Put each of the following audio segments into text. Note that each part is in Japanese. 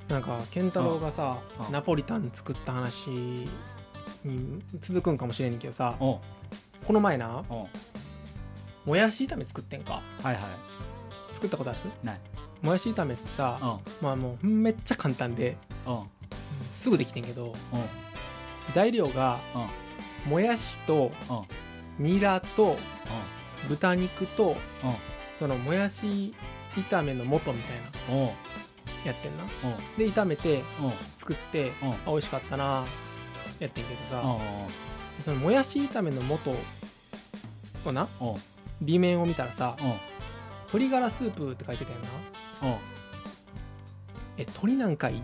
なんか健太郎がさうんナポリタン作った話に続くんかもしれんけどさ、 おうこの前なおうもやし炒め作ってんか。 はいはい作ったことある？ ない。 もやし炒めってさ、 おうまあもうめっちゃ簡単でおうすぐできてんけど、 おう材料がおうもやしとおうニラと豚肉とおうそのもやし炒めの素みたいなおうやってんな。 おうで炒めておう作っておうあ美味しかったなやってんけどさ、 おうそのもやし炒めの素をなおう裏面を見たらさおう鶏ガラスープって書いてたよな。 おう鶏なんかいいって。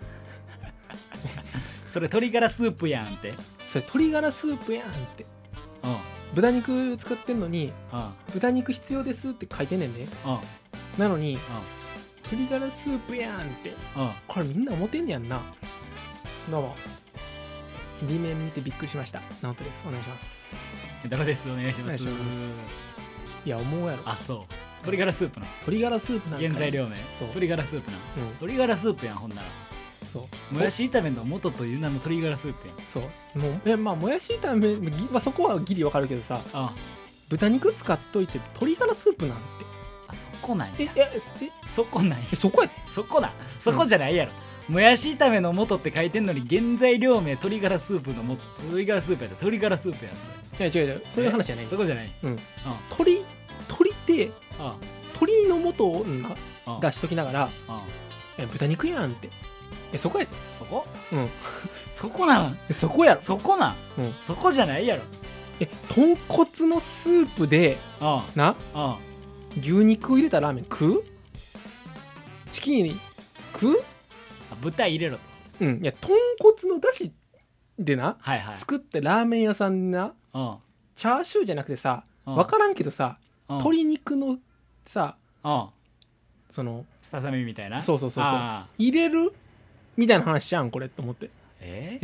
それ鶏ガラスープやんって。 それ鶏ガラスープやんって。 おう豚肉使ってんのにおう豚肉必要ですって書いてんねんね。 おうなのに鶏ガラスープやんって、 おうこれみんな思ってんねやんな。どうも B 面見てびっくりしました。直人です。お願いします。 どうです、お願いします。 お願いしますいや思うやろ。 あ、そう鶏ガラスープの鶏ガラスープなんか原材料名。 そう鶏ガラスープな。 うん鶏ガラスープやん、ほんなら。 そうもやし炒めの元という名の鶏ガラスープやん。 そうもうまあもやし炒め、まあ、そこはギリわかるけどさ、 あ豚肉使っといて鶏ガラスープなんてあ、そこなんや。 えそこなんや。 そこやそこな。そこじゃないやろ。もやし炒めの元って書いてんのに原材料名鶏ガラスープの元。鶏ガラスープやった。鶏ガラスープやん、それ。 いや違うそういう話じゃない。 そこじゃない。 うんあ鶏であ鶏の素をあ出しときながらあ豚肉やんってそこやで。 そこうんそこなんそこやろ。 そこなんうんそこじゃないやろ。 豚骨のスープであなあ牛肉を入れたラーメン食う？チキン食う？ あ豚入れろと。 うんいや豚骨の出汁でなはいはい。 作ってラーメン屋さんになうんチャーシューじゃなくてさうん分からんけどさうん鶏肉のさうんそのささみみたいな。 そうそうあ入れるみたいな話じゃんこれって思って。 え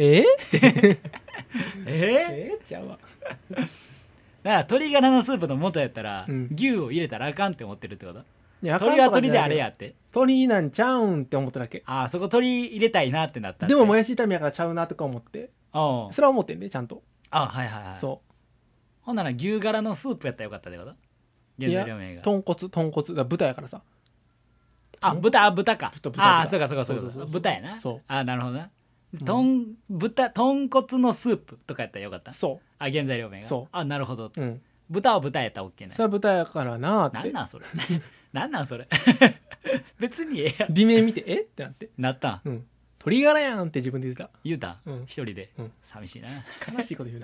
えちゃうわ。 だから鶏ガラのスープの元やったら、 うん牛を入れたらあかんって思ってるってこと？ いや鶏は鶏であれややって。 鶏なんちゃうんって思っただけ。 ああ、そこ鶏入れたいなってなったって。 でももやし炒めやからちゃうなとか思ってあそれは思ってんでちゃんと。 あ、はいはいはい。 そほんなら牛ガラのスープやったらよかったってこと？ う原材料名が。 豚骨だから豚やからさ。 あ、豚か。 豚ああ、そうかそうかそうか。 そうそうそう豚やな。 そうああ、なるほどな。 ん豚骨のスープとかやったらよかった。 そあ、原材料名が。 そうあ、なるほど。 ううん豚は豚やったら OK な。 それは豚やからなーってなんなんそれ。なんなんそれ。別にええやん。 美名見てえってなってなったん。 うん鶏ガラやんって自分で言ってた。 言うたん、 うん一人で、 うん寂しいな。 悲しいこと言うな。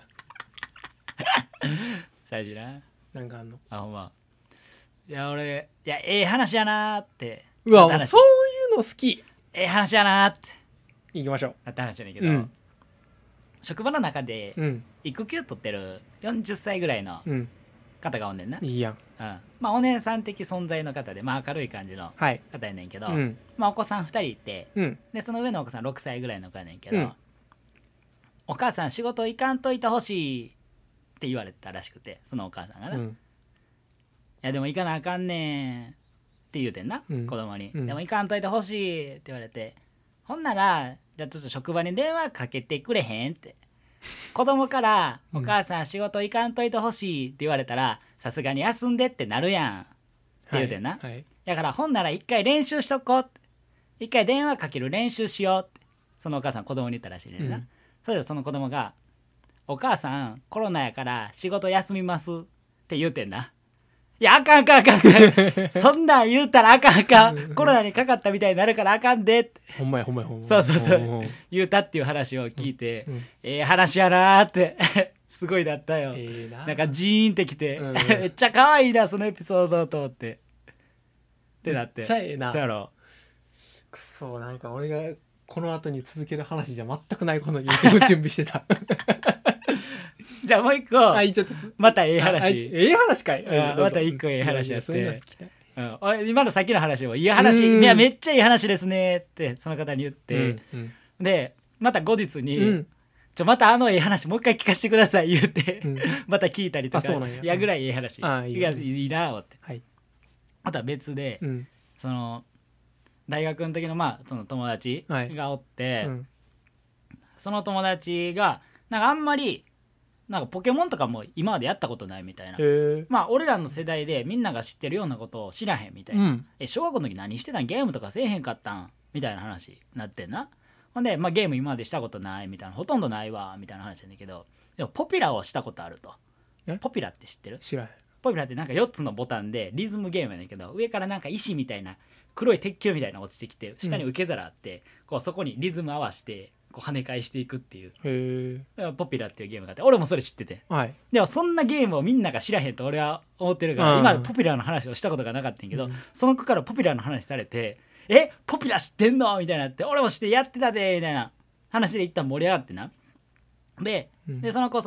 寂しいな。 なんかあんの。 あ、ほんま。いや俺、いやええ話やなーって。 うわ話そういうの好き。 ええ話やなーって行きましょう。 なった話やねんけど、 うん職場の中でうん育休取ってる40歳ぐらいのうん方がおんねんな。 いいやん。 まあお姉さん的存在の方で、まあ明るい感じのはい方やねんけど、 うんまあお子さん2人いて、 うんでその上のお子さん6歳ぐらいの子やねんけど、 うんお母さん仕事行かんといてほしいって言われたらしくて、そのお母さんがな、いうんやでも行かなあかんねんって言うてんな、 うん子供に、 うんでも行かんといてほしいって言われて、ほんならじゃあちょっと職場に電話かけてくれへんって子供から「お母さん仕事行かんといてほしい」って言われたら、さすがに休んでってなるやんって言うてんな、 はいだからほんなら一回練習しとこうって、一回電話かける練習しようってそのお母さん子供に言ったらしいねんな、 うんそれでその子供が「お母さんコロナやから仕事休みます」って言うてんな。いやあかんあかんあかんあかんそんなん言うたらあかんあかんコロナにかかったみたいになるからあかんでってほんまやほんまやほんまや。 そうそうそううん言うたっていう話を聞いて、 うんええ話やなーってすごいなったよ、 ええな。 なんかジーンってきて、 うんめっちゃ可愛いなそのエピソードと思ってってなってめっちゃええなそうやろ。 くそなんか俺がこの後に続ける話じゃ全くないことに準備してた。 じゃあもう一個あ、ちょっとまたええあ話、 ええ話かい。どうぞまた一個ええ話やってそういうの聞きたい。 今の先の話をいい話、 うんいやめっちゃいい話ですねってその方に言って、 うんでまた後日に、 うんまたあのええ話もう一回聞かせてください言うて、 うんまた聞いたりとかあそうなんやいやぐらいええ話、 あいいよやいいな思って、 はい。 また別で、 うんその大学の時のまあその友達がおって、 うんその友達がなんかあんまりなんかポケモンとかも今までやったことないみたいな、 へえまあ俺らの世代でみんなが知ってるようなことを知らへんみたいな、 うん小学校の時何してたん、ゲームとかせえへんかったんみたいな話になってんな。ほんで、まあ、ゲーム今までしたことないみたいな、ほとんどないわみたいな話なんだけど、でもポピュラをしたことあると。ポピュラって知ってる？ 知らへんポピュラってなんか4つのボタンでリズムゲームやねんけど、上からなんか石みたいな黒い鉄球みたいなの落ちてきて、下に受け皿あって、こうそこにリズム合わせてこう跳ね返していくっていう、 へポピュラっていうゲームがあって、俺もそれ知ってて、 はいでもそんなゲームをみんなが知らへんと俺は思ってるから、今までポピュラーの話をしたことがなかったんやけど、その子からポピュラーの話されて、ポピュラー知ってんのみたいになって、俺も知ってやってたでみたいな話で一旦盛り上がってな。でその子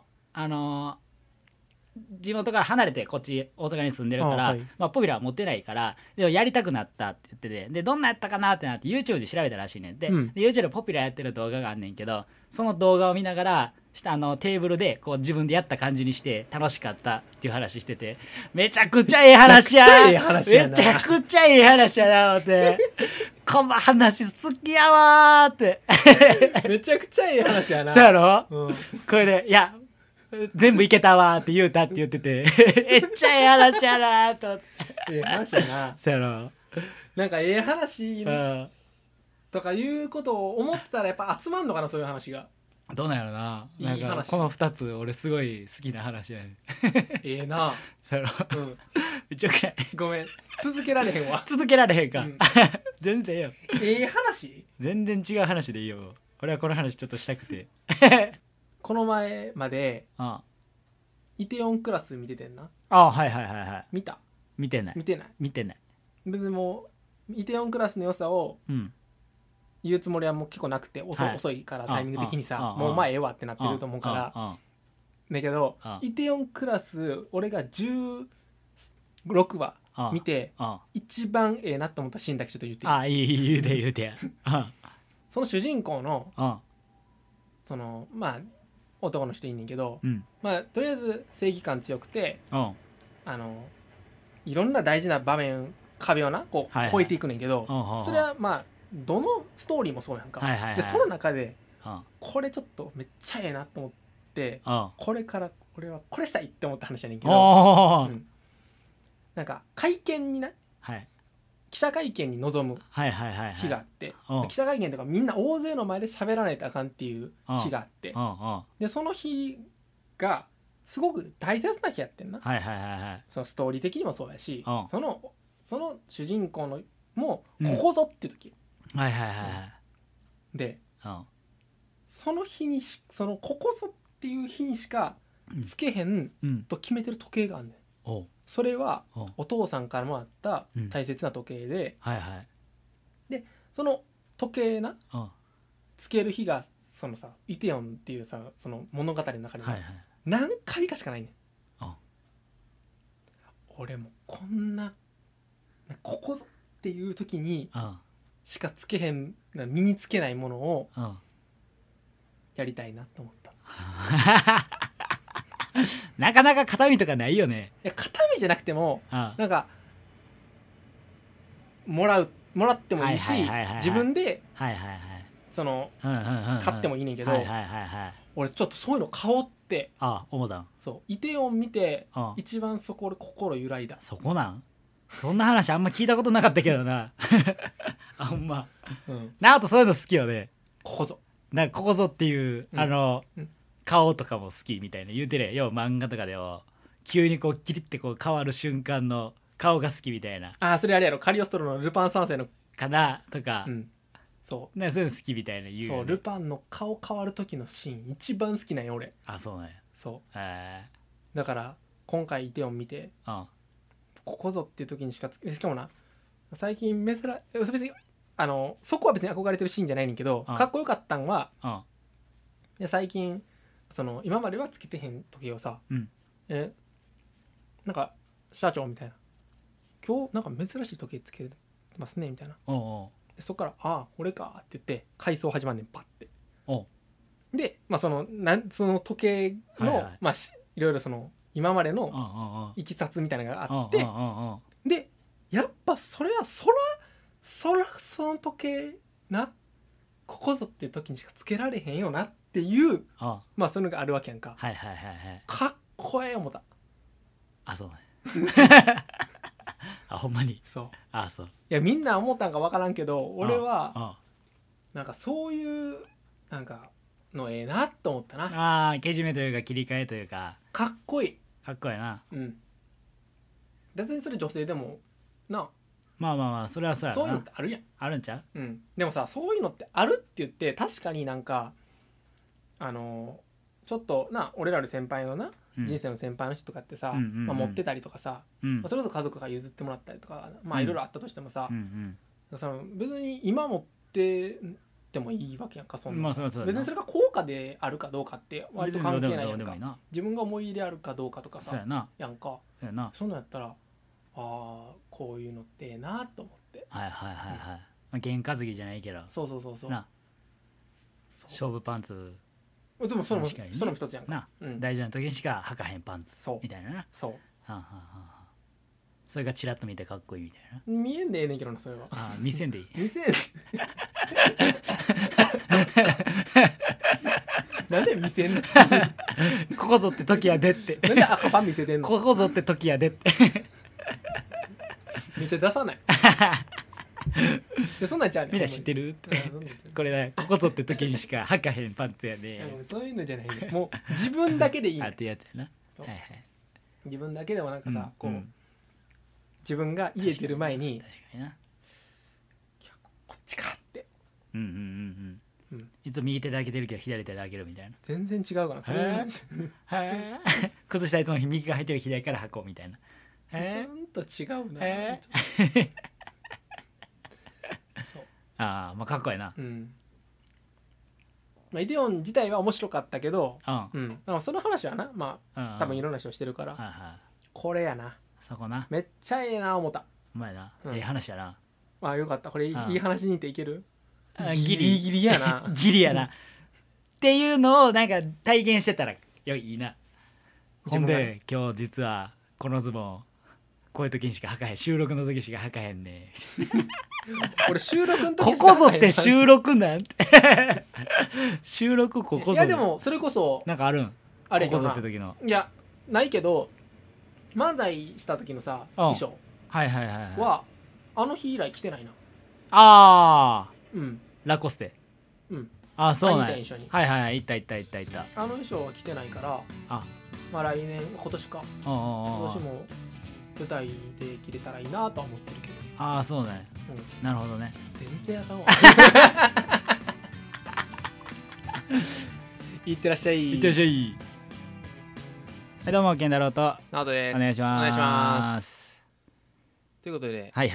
地元から離れてこっち大阪に住んでるから、 はいまあ、ポピュラー持ってないからでもやりたくなったって言ってて、でどんなやったかなってなって YouTube で調べたらしいねんで、で YouTube でポピュラーやってる動画があんねんけど、その動画を見ながら下テーブルでこう自分でやった感じにして楽しかったっていう話してて、めちゃくちゃええ話やめちゃくちゃええ話やなめちゃくちゃええ話やなってこの話好きやわーってめちゃくちゃいい話やなそうやろ、 うんこれでいや全部いけたわーって言うたって言っててめっちゃええ話やなーと思ってええ話やなそうやろ、 なんかええ話うんとかいうことを思ったらやっぱ集まんのかな、そういう話が。 どうなんやろな。なんかいい話この2つ俺すごい好きな話やねんええなそうやろ、 うんめっちゃくらいごめん続けられへんわ続けられへんか、 うん全然よ、 ええ話全然違う話でいいよ。俺はこの話ちょっとしたくてこの前まであイテオンクラス見ててんな。 あ、はいはいはいはい。 見た見てない見てない。 見てない。 別にもうイテオンクラスの良さをうん言うつもりはもう結構なくて、 はい遅いからタイミング的にさ、 あもうまあええわってなってると思うからあだけど、イテオンクラス俺が16話見て一番ええなと思ったシーンだけちょっと言っていい？ あいい言うて言うてやその主人公のあそのまあ男の人いんねんけど、 うんまあとりあえず正義感強くてうんいろんな大事な場面壁をなこうはいはい越えていくねんけど、 うんそれはまあどのストーリーもそうやんか、 はいはいはいでその中でうんこれちょっとめっちゃええなと思ってうんこれから俺はこれしたいって思った話やねんけど、 おーうんなんか会見になはい記者会見に臨むはいはいはいはい日があって、 うん記者会見とかみんな大勢の前で喋らないとあかんっていう日があって、 うんうんはでその日がすごく大切な日やってんな。 いはいはいはいそのストーリー的にもそうやし、 うんその主人公のもうんここぞっていう時、 はいはいはいではいその日にそのここぞっていう日にしかつけへんうんと決めてる時計があんねん。 おうそれはおうお父さんからもらったうん大切な時計で、 はいはいその時計なうんつける日がそのさイテオンっていうさその物語の中にはいはい何回かしかないねん。 うん俺もこんなここぞっていう時にうんしかつけへん身につけないものをうんやりたいなと思った。いなかなか肩身とかないよね。 や肩身じゃなくてもうんなんかもらってもいいしはいはいはいはいはい自分ではいはいはいそのうんうんうんうん買ってもいいねんけど、 はいはいはいはい俺ちょっとそういうの買おうってあ思ったんそうイテオン見てうん一番そこ俺心揺らいだ。 そこなんそんな話あんま聞いたことなかったけどなあほんまうんなおとそういうの好きよね。 ここぞなんかここぞっていううんうん顔とかも好きみたいな言うてるよ漫画とかでも急にこうキリってこう変わる瞬間の顔が好きみたいなそれあれやろカリオストロのルパン三世のかなとか、 そうねそういうの好きみたいな言うよね。 そうルパンの顔変わる時のシーン一番好きなんよ俺。 あそうなんやそうえだから今回イテオン見てうんここぞっていう時にしかしかもな最近別にそこは別に憧れてるシーンじゃないねんけど、 うんかっこよかったんはうんで最近今まではつけてへん時計をさ、 うんなんか社長みたいな今日なんか珍しい時計つけてますねみたいなおうおでそっから俺かって言って回想始まんねんパッておうでその時計の、 はいはいいろいろ今までうんうんのうんいきさつみたいなのがうんあって、 うんうんうんでやっぱそらその時計なここぞっていう時にしかつけられへんよなっていうまあそういうのがあるわけやんか。 はいはいはいはい。 かっこええ思った。 あ、そうねあ、ほんまに。 そう。 あ、そう。 いやみんな思ったんか分からんけど俺はなんかそういうなんかのええなと思ったな。 ああ、けじめというか切り替えというか。 かっこいい。 かっこいいな。 うん。別にそれ女性でもな。 まあまあまあ、それはそうやな。 そういうのってあるやん。 あるんちゃう。うん。でもさ、そういうのってあるって言って確かになんかちょっとな俺らより先輩のな、人生の先輩の人とかってさ、まあ、持ってたりとかさ、まあ、それこそ家族が譲ってもらったりとかまあいろいろあったとしてもさ、別に今持っててもいいわけやんか。そんな、まあ、別にそれが高価であるかどうかって割と関係ないやんか。自分が思い入れあるかどうかとかさやんか。そんなんやったらああこういうのってええなと思って。はいはいはいはい。 まあ験担ぎじゃないけど。 そうそうそうそう。 勝負パンツ。 でもそれも一つやんか。 大事な時にしか履かへんパンツみたいなな。 そう。 それがチラッと見てかっこいいみたいな。 見えんでええねんけどなそれは。 ああ、見せんでいい。 見せん。なんで見せんの。 ここぞって時やでって。 なんで赤パン見せてんの。 ここぞって時やでって。 見て出さない。そんなんちゃうねん。 みんな知ってるって。これね、ここぞって時にしか履かへんパンツやね。 そういうのじゃないね。もう自分だけでいい。 あってやつやな。 はいはい。自分だけでもなんかさ、こう自分が家出る前に、 確かにな。 こっちかって。 いつも右手で開けてるけど左手で開けるみたいな。 全然違うかな。 崩したいつも右が入ってる左から履こうみたいな。 ちゃんと違うな。 ああ、まあかっこいいな。 まあ、イデオン自体は面白かったけど、その話はな、まあ多分いろんな人してるから、これやな。 そこな。 めっちゃええな思った。 お前な、ええ話やな。 ああよかった。これいい話にっていける？ ギリギリやな。 ギリやな。っていうのをなんか体現してたらいいな。ほんで今日実はこのズボンこういう時にしか履かへん、収録の時しか履かへんね。 俺収録の時ここぞって収録なんて。収録ここぞ。 いやでもそれこそなんかあるん。あれここぞって時の。 いやないけど漫才した時のさ衣装はあの日以来着てないな。 ああ。ラコステ。あ、そうなんや。 一緒に。 はいはい、いった。 あの衣装は着てないから、まあ来年今年か。今年も舞台で着れたらいいなとは思ってるけど。 ああ、そうね。なるほどね。 全然あかんわ。いってらっしゃい。 いってらっしゃい。どうも健太郎とナオトです。 お願いします。 ということで、 はいはい。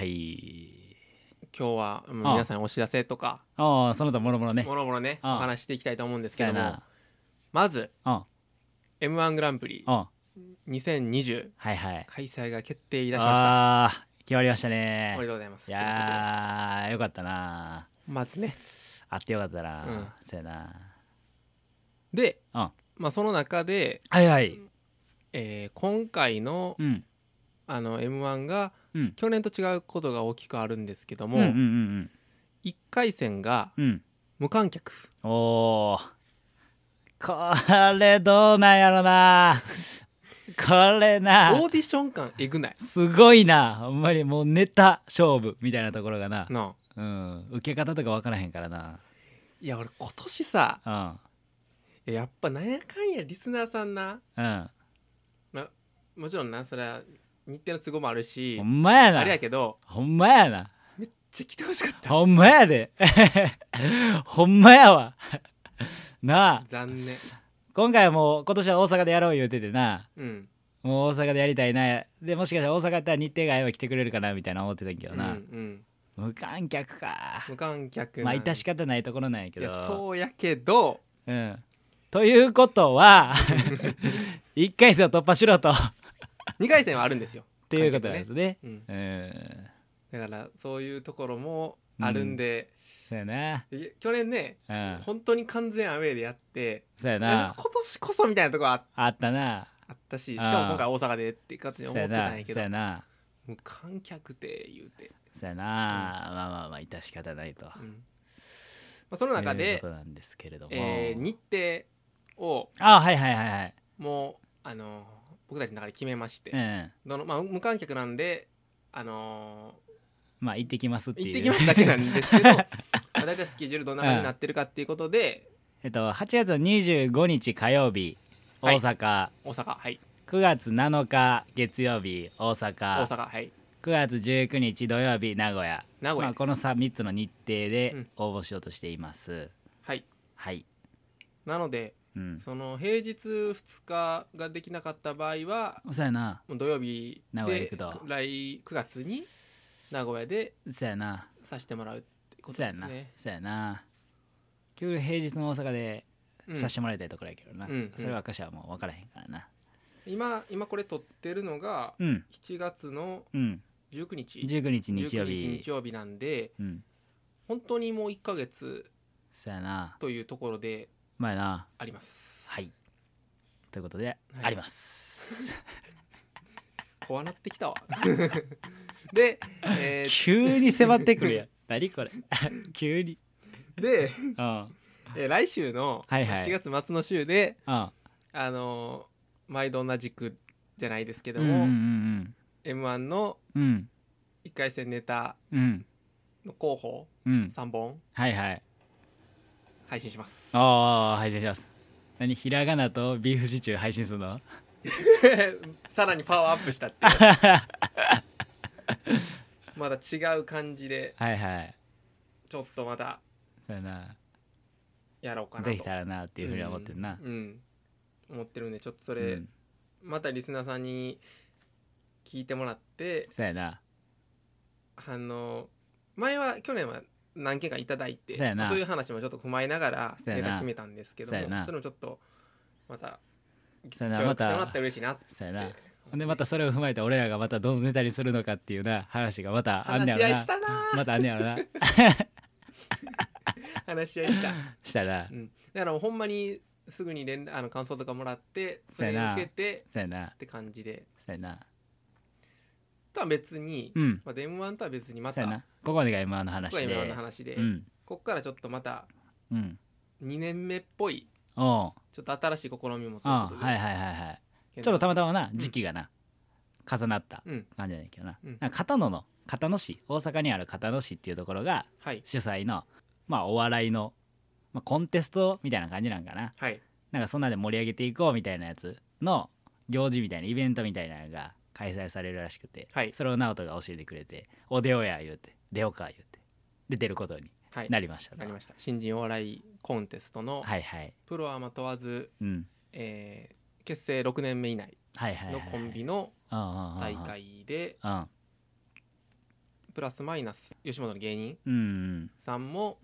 今日は皆さんお知らせとか、 その他もろもろね、 お話していきたいと思うんですけども、まず M1 グランプリ2020開催が決定いたしました。 決まりましたね。 おめでとうございます。 いやーよかったな。 まずね、 あってよかったな。そうやな。 で、まあその中で、今回のM1 が去年と違うことが大きくあるんですけども、1回戦が無観客。 おー、これどうなんやろな。これな、 オーディション感えぐない？ すごいな。ほんまにもうネタ勝負みたいなところがな、受け方とか分からへんからな。 いや俺今年さ、やっぱなんやかんやリスナーさんな、もちろんなそれは日程の都合もあるし、 ほんまやな、 あれやけど、 ほんまやな、 めっちゃ来てほしかった。 ほんまやで。ほんまやわ。なあ、 残念。 今回はもう今年は大阪でやろう言うててな、もう大阪でやりたいな。でもしかしたら大阪やったら日程が合えば来てくれるかなみたいな思ってたんけどな、無観客か。 無観客まあ致し方ないところなんやけど。 いやそうやけど、 ということは1回戦を突破しろと。 2回戦はあるんですよっていうことなんですね。 だからそういうところもあるんで、 そうやな。 去年ね、本当に完全アウェーでやって、 そうやな、 今年こそみたいなところあったな。 あったし、しかも今回大阪でっていう感じで思ってたんやけど、無観客で言うてそうやな、まあまあまあ致し方ないと、 その中いうでことなんですけれども、 日程をはいはいはいはい、 もう僕たちの中で決めまして、 うん、 無観客なんでまあ行ってきますっていう、 行ってきますだけなんですけどだいたいスケジュールどんな感じになってるかっていうことで、 8月の25日火曜日大阪、 大阪、はい、 9月7日月曜日大阪、 はい、 9月19日土曜日名古屋、 まあ、 この 3つの日程で応募しようとしています、 はいはい、 なので、その平日2日ができなかった場合はそうやな、 もう土曜日名古屋行くでと 9月に名古屋でそうやなさせてもらうってことですね。 そうやな結局平日の大阪でさせてもらいたいところやけどな、それは私はもう分からへんからな。 今これ撮ってるのが7月の19日、 19日日曜日なんで、本当にもう1ヶ月そうやなというところであります。 はい、ということで、あります怖なってきたわで、 急に迫ってくるやん何これ急にで、来週の4月末の週で、毎度同じくじゃないですけども、M1 の1回戦ネタの候補3本配信します。 配信します。何、ひらがなとビーフシチュー配信するのさらにパワーアップしたってまだ違う感じで、ちょっとまたそうやなやろうかなとできたらなっていうふうに思ってるな、 思ってるんで、ちょっとそれ、またリスナーさんに聞いてもらって、 そうやな去年は何件かいただいて、そういう話もちょっと踏まえながらネタ決めたんですけども、それもちょっとまた協力してもらったら嬉しいなって。 でまたそれを踏まえて俺らがまたどのネタにするのかっていうな話がまたあんねやろな。 話し合いしたなまたあんねやろな話し合いしたな、 だからほんまにすぐに感想とかもらってそれを受けてって感じで、とは別に、M1 とは別にまたここでが M1 の話で、 M1 の話で、ここからちょっとまた2年目っぽいちょっと新しい試みもということで、 ちょっとたまたまな時期がな、重なった感じじゃないけどな、片野市、大阪にある片野市っていうところが主催の、お笑いの、コンテストみたいな感じなんかな、なんかそんなで盛り上げていこうみたいなやつの行事みたいなイベントみたいなのが開催されるらしくて、それを直人が教えてくれて、お出ようや言うて、出ようか言うて、で出ることになりました。 新人お笑いコンテストのプロアマ問わず、結成6年目以内のコンビの大会で、プラスマイナス吉本の芸人さんも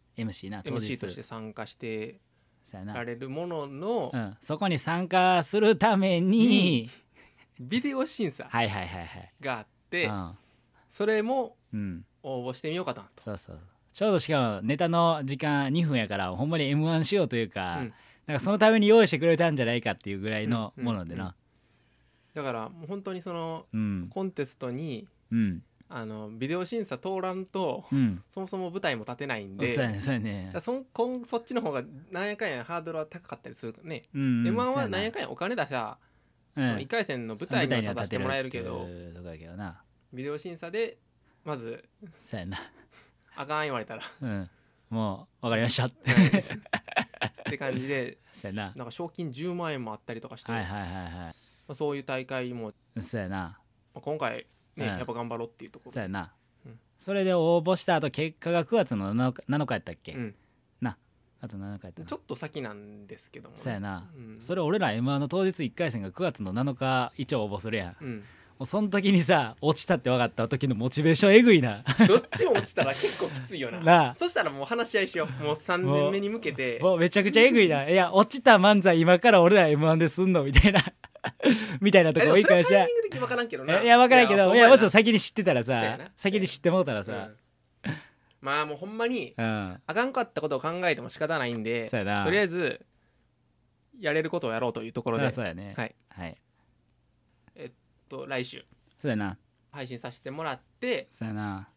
MC として参加してられるものの、 そこに参加するためにビデオ審査があって、それも応募してみようかなと。 ちょうどしかもネタの時間2分やからほんまに M1 しようというか、なんかそのために用意してくれたんじゃないかっていうぐらいのものでな、 だからもう本当にその、コンテストに、ビデオ審査通らんと、そもそも舞台も立てないんで、そっちの方がなんやかんやハードルは高かったりするね。M1 はなんやかんやお金出しゃ、その1回戦の舞台には立たせてもらえるけど、ビデオ審査でまずあかん言われたら、 もう分かりましたって感じで、なんか賞金10万円もあったりとかして、そういう大会も今回ね、やっぱ頑張ろうっていうところ。 それで応募した後結果が9月の7日やったっけ、9月の7日やったな。 ちょっと先なんですけども、 それ俺ら M1 の当日1回戦が9月の7日一応応募するやん、もうその時にさ落ちたって分かった時のモチベーションえぐいなどっちも落ちたら結構きついよなそしたらもう話し合いしよう。もう3年目に向けてもうめちゃくちゃえぐいな。いや落ちた漫才今から俺ら M1 ですんのみたいなみたいなとこ多いからしや。いや分からんけど、いやもしろ先に知ってたらさ、先に知ってもうたらさ、 まあもうほんまにあかんかったことを考えても仕方ないんで、とりあえずやれることをやろうというところで、 そうやね、 来週そうやな配信させてもらって、 そうやな、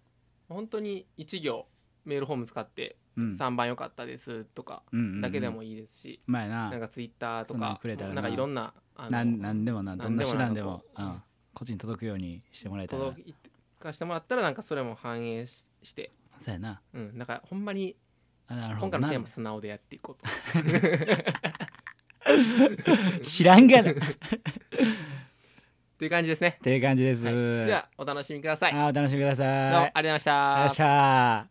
本当に1行メールフォーム使ってうん 3番良かったですとかだけでもいいですし、 まあやななんかツイッターとそんなんかくれたらななんかいろんななんでもなどんな手段でもなんかこ個人に届くようにしてもらえたら届かしてもらったらなんかそれも反映してそうやななんかほんまになるほどな今回のテーマ素直でやっていこうと知らんがなっっていう感じですね。 ていう感じです、 はい、ではお楽しみください。 お楽しみください。 どうもありがとうございました。 よっしゃー。